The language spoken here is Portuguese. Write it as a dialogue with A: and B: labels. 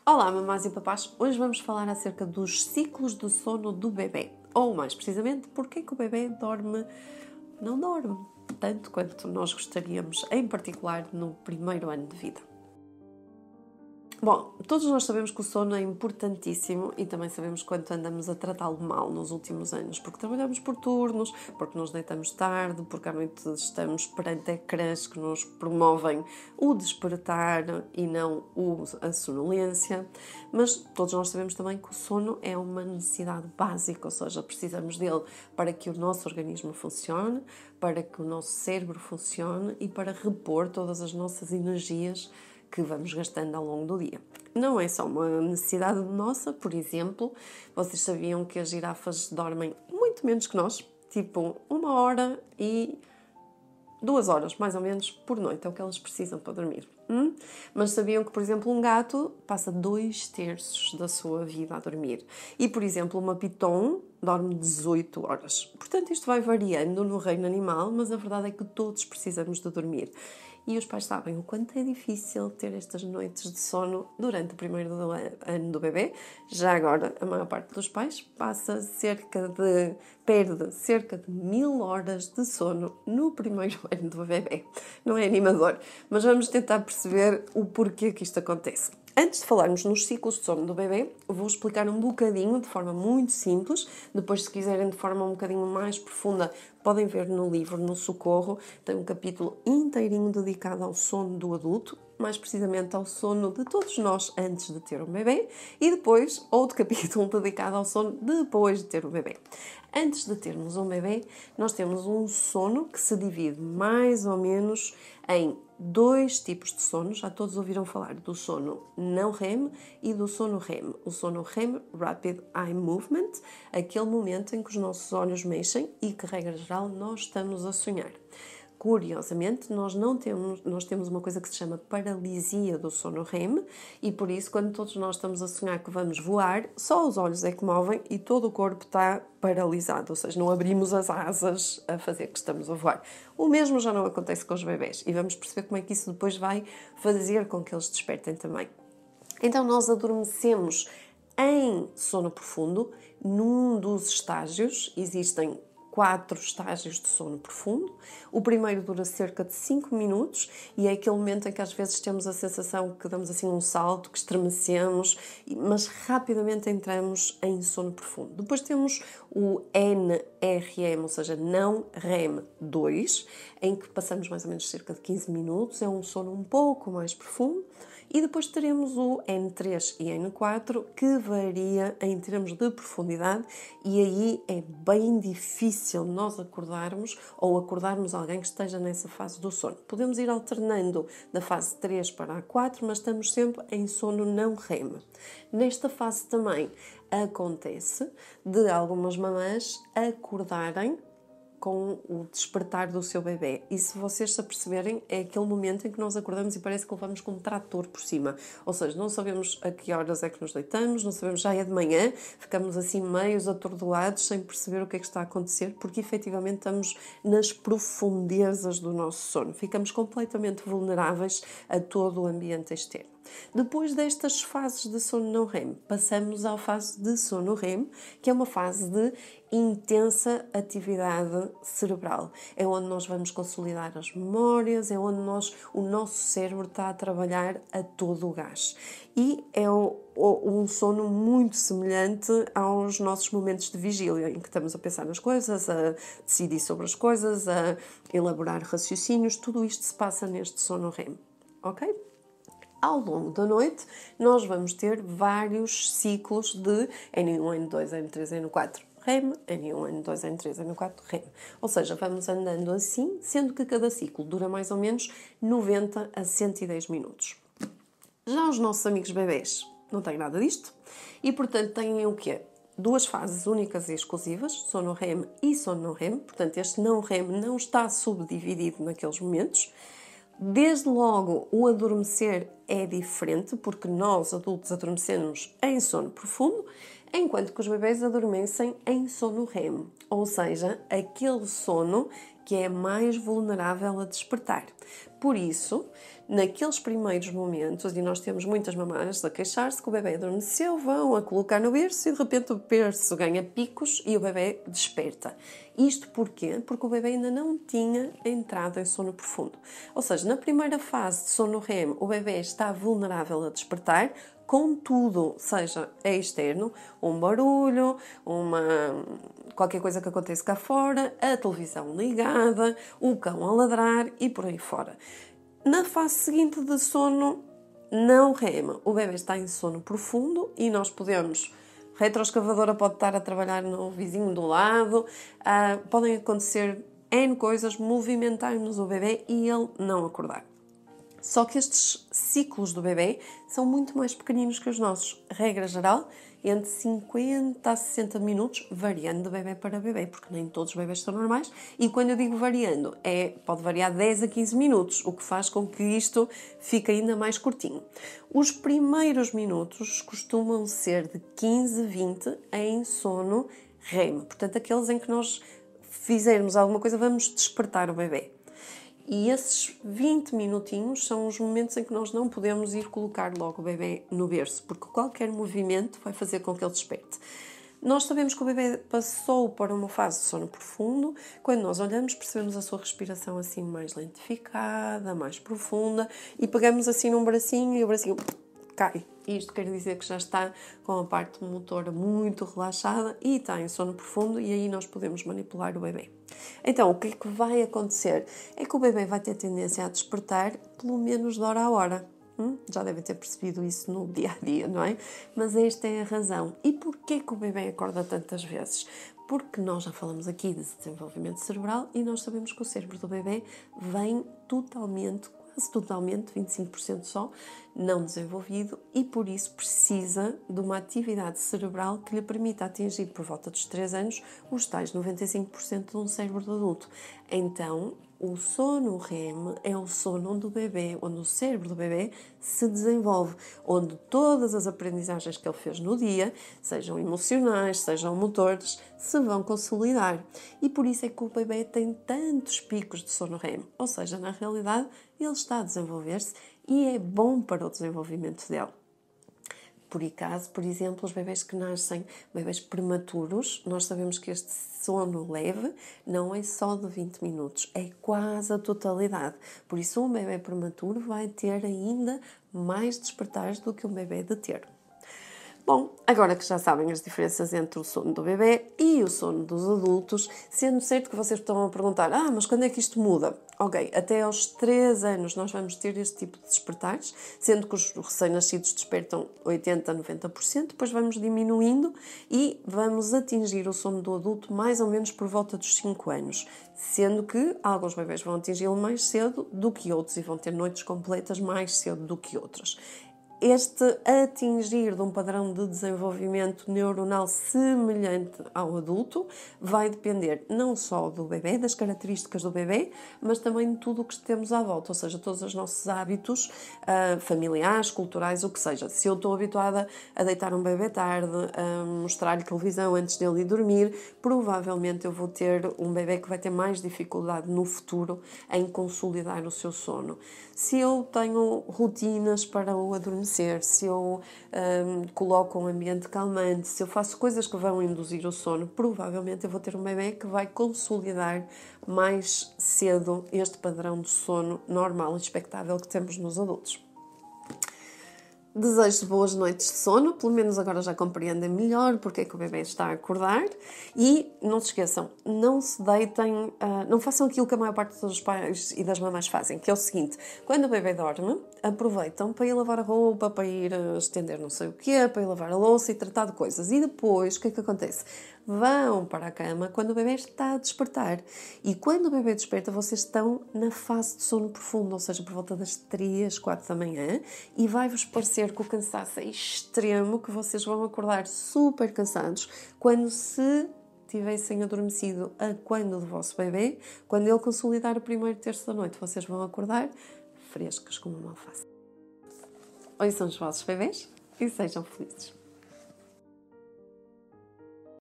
A: Olá, mamás e papás! Hoje vamos falar acerca dos ciclos do sono do bebê. Ou, mais precisamente, porque é que o bebê não dorme tanto quanto nós gostaríamos, em particular no primeiro ano de vida. Bom, todos nós sabemos que o sono é importantíssimo e também sabemos quanto andamos a tratá-lo mal nos últimos anos, porque trabalhamos por turnos, porque nos deitamos tarde, porque à noite estamos perante ecrãs que nos promovem o despertar e não a sonolência. Mas todos nós sabemos também que o sono é uma necessidade básica, ou seja, precisamos dele para que o nosso organismo funcione, para que o nosso cérebro funcione e para repor todas as nossas energias que vamos gastando ao longo do dia. Não é só uma necessidade nossa, por exemplo, vocês sabiam que as girafas dormem muito menos que nós, tipo 1 hora e 2 horas, mais ou menos, por noite, é o que elas precisam para dormir. Mas sabiam que, por exemplo, um gato passa 2/3 da sua vida a dormir. E, por exemplo, uma piton dorme 18 horas. Portanto, isto vai variando no reino animal, mas a verdade é que todos precisamos de dormir. E os pais sabem o quanto é difícil ter estas noites de sono durante o primeiro ano do bebê. Já agora, a maior parte dos pais perde cerca de 1000 horas de sono no primeiro ano do bebê. Não é animador, mas vamos tentar perceber o porquê que isto acontece. Antes de falarmos nos ciclos de sono do bebê, vou explicar um bocadinho, de forma muito simples. Depois, se quiserem de forma um bocadinho mais profunda, podem ver no livro, no Socorro, tem um capítulo inteirinho dedicado ao sono do adulto, mais precisamente ao sono de todos nós antes de ter um bebê, e depois outro capítulo dedicado ao sono depois de ter um bebê. Antes de termos um bebê, nós temos um sono que se divide mais ou menos em 2 tipos de sono. Já todos ouviram falar do sono não REM e do sono REM. O sono REM, Rapid Eye Movement, aquele momento em que os nossos olhos mexem e que, regra geral, nós estamos a sonhar. Curiosamente, nós temos uma coisa que se chama paralisia do sono REM e por isso, quando todos nós estamos a sonhar que vamos voar, só os olhos é que movem e todo o corpo está paralisado, ou seja, não abrimos as asas a fazer que estamos a voar. O mesmo já não acontece com os bebés e vamos perceber como é que isso depois vai fazer com que eles despertem também. Então, nós adormecemos em sono profundo. Num dos estágios, existem 4 estágios de sono profundo. O primeiro dura cerca de 5 minutos e é aquele momento em que às vezes temos a sensação que damos assim um salto, que estremecemos, mas rapidamente entramos em sono profundo. Depois temos o NREM, ou seja, não REM 2, em que passamos mais ou menos cerca de 15 minutos, é um sono um pouco mais profundo. E depois teremos o N3 e N4, que varia em termos de profundidade e aí é bem difícil nós acordarmos ou acordarmos alguém que esteja nessa fase do sono. Podemos ir alternando da fase 3 para a 4, mas estamos sempre em sono não REM. Nesta fase também acontece de algumas mamãs acordarem com o despertar do seu bebê. E se vocês se aperceberem, é aquele momento em que nós acordamos e parece que levamos com um trator por cima. Ou seja, não sabemos a que horas é que nos deitamos, não sabemos, já é de manhã, ficamos assim meios atordoados, sem perceber o que é que está a acontecer, porque efetivamente estamos nas profundezas do nosso sono. Ficamos completamente vulneráveis a todo o ambiente externo. Depois destas fases de sono não REM, passamos à fase de sono REM, que é uma fase de intensa atividade cerebral. É onde nós vamos consolidar as memórias, é onde o nosso cérebro está a trabalhar a todo o gás. E é um sono muito semelhante aos nossos momentos de vigília, em que estamos a pensar nas coisas, a decidir sobre as coisas, a elaborar raciocínios. Tudo isto se passa neste sono REM, ok? Ao longo da noite, nós vamos ter vários ciclos de N1, N2, N3, N4 REM, N1, N2, N3, N4 REM. Ou seja, vamos andando assim, sendo que cada ciclo dura mais ou menos 90 a 110 minutos. Já os nossos amigos bebés não têm nada disto e, portanto, têm o quê? 2 fases únicas e exclusivas, sono REM e sono não REM. Portanto, este não REM não está subdividido naqueles momentos. Desde logo, o adormecer é diferente, porque nós, adultos, adormecemos em sono profundo, enquanto que os bebês adormecem em sono REM, ou seja, aquele sono que é mais vulnerável a despertar. Por isso, naqueles primeiros momentos, e nós temos muitas mamás a queixar-se que o bebê adormeceu, vão a colocar no berço e de repente o berço ganha picos e o bebê desperta. Isto porquê? Porque o bebê ainda não tinha entrado em sono profundo. Ou seja, na primeira fase de sono REM, o bebê está vulnerável a despertar, contudo, seja externo, um barulho, qualquer coisa que aconteça cá fora, a televisão ligada, o cão a ladrar e por aí fora. Na fase seguinte de sono não REM, o bebê está em sono profundo e nós podemos... A retroescavadora pode estar a trabalhar no vizinho do lado, podem acontecer N coisas, movimentarmos o bebê e ele não acordar. Só que estes ciclos do bebê são muito mais pequeninos que os nossos. Regra geral, entre 50 a 60 minutos, variando de bebê para bebê, porque nem todos os bebês são normais. E quando eu digo variando, pode variar 10 a 15 minutos, o que faz com que isto fique ainda mais curtinho. Os primeiros minutos costumam ser de 15 a 20 em sono REM. Portanto, aqueles em que nós fizermos alguma coisa, vamos despertar o bebê. E esses 20 minutinhos são os momentos em que nós não podemos ir colocar logo o bebê no berço, porque qualquer movimento vai fazer com que ele desperte. Nós sabemos que o bebê passou para uma fase de sono profundo. Quando nós olhamos, percebemos a sua respiração assim mais lentificada, mais profunda, e pegamos assim num bracinho e o bracinho cai. Isto quer dizer que já está com a parte motora muito relaxada e está em sono profundo, e aí nós podemos manipular o bebê. Então, o que é que vai acontecer? É que o bebê vai ter tendência a despertar pelo menos de hora a hora. Já devem ter percebido isso no dia-a-dia, não é? Mas esta é a razão. E porquê que o bebê acorda tantas vezes? Porque nós já falamos aqui de desenvolvimento cerebral e nós sabemos que o cérebro do bebê vem quase totalmente, 25% só, não desenvolvido, e por isso precisa de uma atividade cerebral que lhe permita atingir por volta dos 3 anos os tais 95% de um cérebro de adulto. Então, o sono REM é o sono onde o cérebro do bebê se desenvolve, onde todas as aprendizagens que ele fez no dia, sejam emocionais, sejam motores, se vão consolidar. E por isso é que o bebê tem tantos picos de sono REM. Ou seja, na realidade, ele está a desenvolver-se e é bom para o desenvolvimento dele. Por exemplo, os bebés que nascem, bebés prematuros, nós sabemos que este sono leve não é só de 20 minutos, é quase a totalidade. Por isso, um bebé prematuro vai ter ainda mais despertares do que um bebé de ter. Bom, agora que já sabem as diferenças entre o sono do bebê e o sono dos adultos, sendo certo que vocês estão a perguntar, mas quando é que isto muda? Ok, até aos 3 anos nós vamos ter este tipo de despertares, sendo que os recém-nascidos despertam 80% a 90%, depois vamos diminuindo e vamos atingir o sono do adulto mais ou menos por volta dos 5 anos, sendo que alguns bebés vão atingi-lo mais cedo do que outros e vão ter noites completas mais cedo do que outros. Este atingir de um padrão de desenvolvimento neuronal semelhante ao adulto vai depender não só do bebê, das características do bebê, mas também de tudo o que temos à volta, ou seja, todos os nossos hábitos familiares, culturais, o que seja. Se eu estou habituada a deitar um bebê tarde, a mostrar-lhe televisão antes dele ir dormir, provavelmente eu vou ter um bebê que vai ter mais dificuldade no futuro em consolidar o seu sono. Se eu tenho rotinas para o adormecer, se eu coloco um ambiente calmante, se eu faço coisas que vão induzir o sono, provavelmente eu vou ter um bebê que vai consolidar mais cedo este padrão de sono normal e expectável que temos nos adultos. Desejo boas noites de sono, pelo menos agora já compreendem melhor porque é que o bebê está a acordar, e não se esqueçam, não se deitem, não façam aquilo que a maior parte dos pais e das mamães fazem, que é o seguinte: quando o bebê dorme, aproveitam para ir lavar a roupa, para ir estender não sei o quê, para ir lavar a louça e tratar de coisas, e depois o que é que acontece? Vão para a cama quando o bebê está a despertar. E quando o bebê desperta, vocês estão na fase de sono profundo, ou seja, por volta das 3, 4 da manhã, e vai-vos parecer que o cansaço é extremo, que vocês vão acordar super cansados, quando se tivessem adormecido a quando do vosso bebê, quando ele consolidar o primeiro terço da noite, vocês vão acordar frescas como uma alface. Ouçam os vossos bebês e sejam felizes.